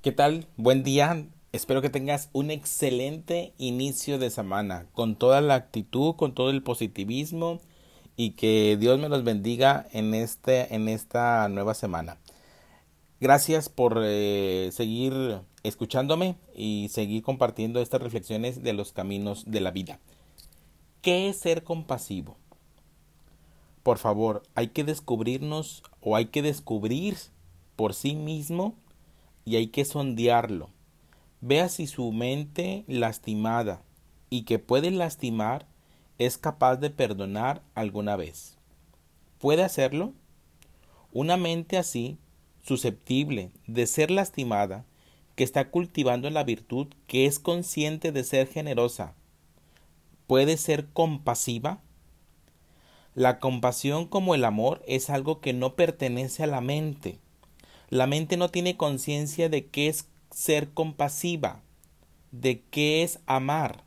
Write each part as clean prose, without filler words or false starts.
¿Qué tal? Buen día. Espero que tengas un excelente inicio de semana, con toda la actitud, con todo el positivismo y que Dios me los bendiga en esta nueva semana. Gracias por seguir escuchándome y seguir compartiendo estas reflexiones de los caminos de la vida. ¿Qué es ser compasivo? Por favor, hay que descubrirnos o hay que descubrir por sí mismo y hay que sondearlo. Vea si su mente lastimada y que puede lastimar es capaz de perdonar alguna vez. ¿Puede hacerlo? Una mente así, susceptible de ser lastimada, que está cultivando la virtud, que es consciente de ser generosa, ¿puede ser compasiva? La compasión, como el amor, es algo que no pertenece a la mente. La mente no tiene conciencia de qué es ser compasiva, de qué es amar.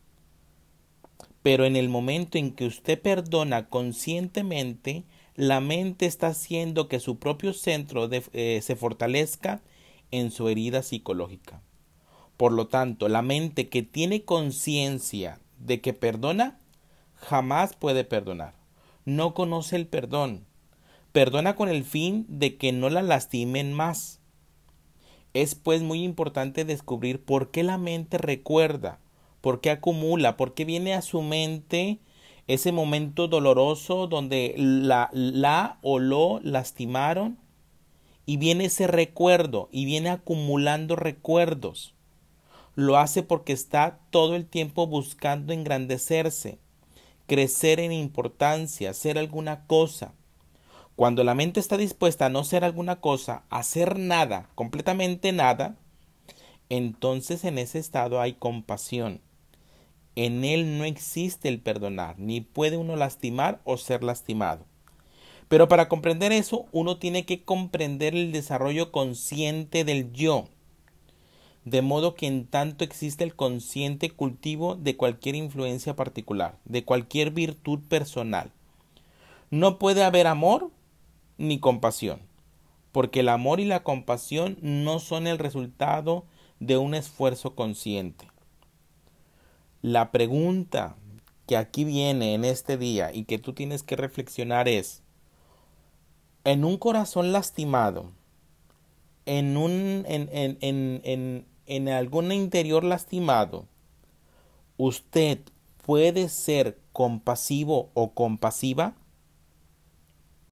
Pero en el momento en que usted perdona conscientemente, la mente está haciendo que su propio se fortalezca en su herida psicológica. Por lo tanto, la mente que tiene conciencia de que perdona, jamás puede perdonar. No conoce el perdón. Perdona con el fin de que no la lastimen más. Es pues muy importante descubrir por qué la mente recuerda, por qué acumula, por qué viene a su mente ese momento doloroso donde la o lo lastimaron y viene ese recuerdo y viene acumulando recuerdos. Lo hace porque está todo el tiempo buscando engrandecerse, crecer en importancia, ser alguna cosa. Cuando la mente está dispuesta a no ser alguna cosa, a hacer nada, completamente nada, entonces en ese estado hay compasión. En él no existe el perdonar, ni puede uno lastimar o ser lastimado. Pero para comprender eso, uno tiene que comprender el desarrollo consciente del yo, de modo que en tanto existe el consciente cultivo de cualquier influencia particular, de cualquier virtud personal. No puede haber amor ni compasión, porque el amor y la compasión no son el resultado de un esfuerzo consciente. La pregunta que aquí viene en este día y que tú tienes que reflexionar es, en un corazón lastimado, en algún interior lastimado, ¿usted puede ser compasivo o compasiva?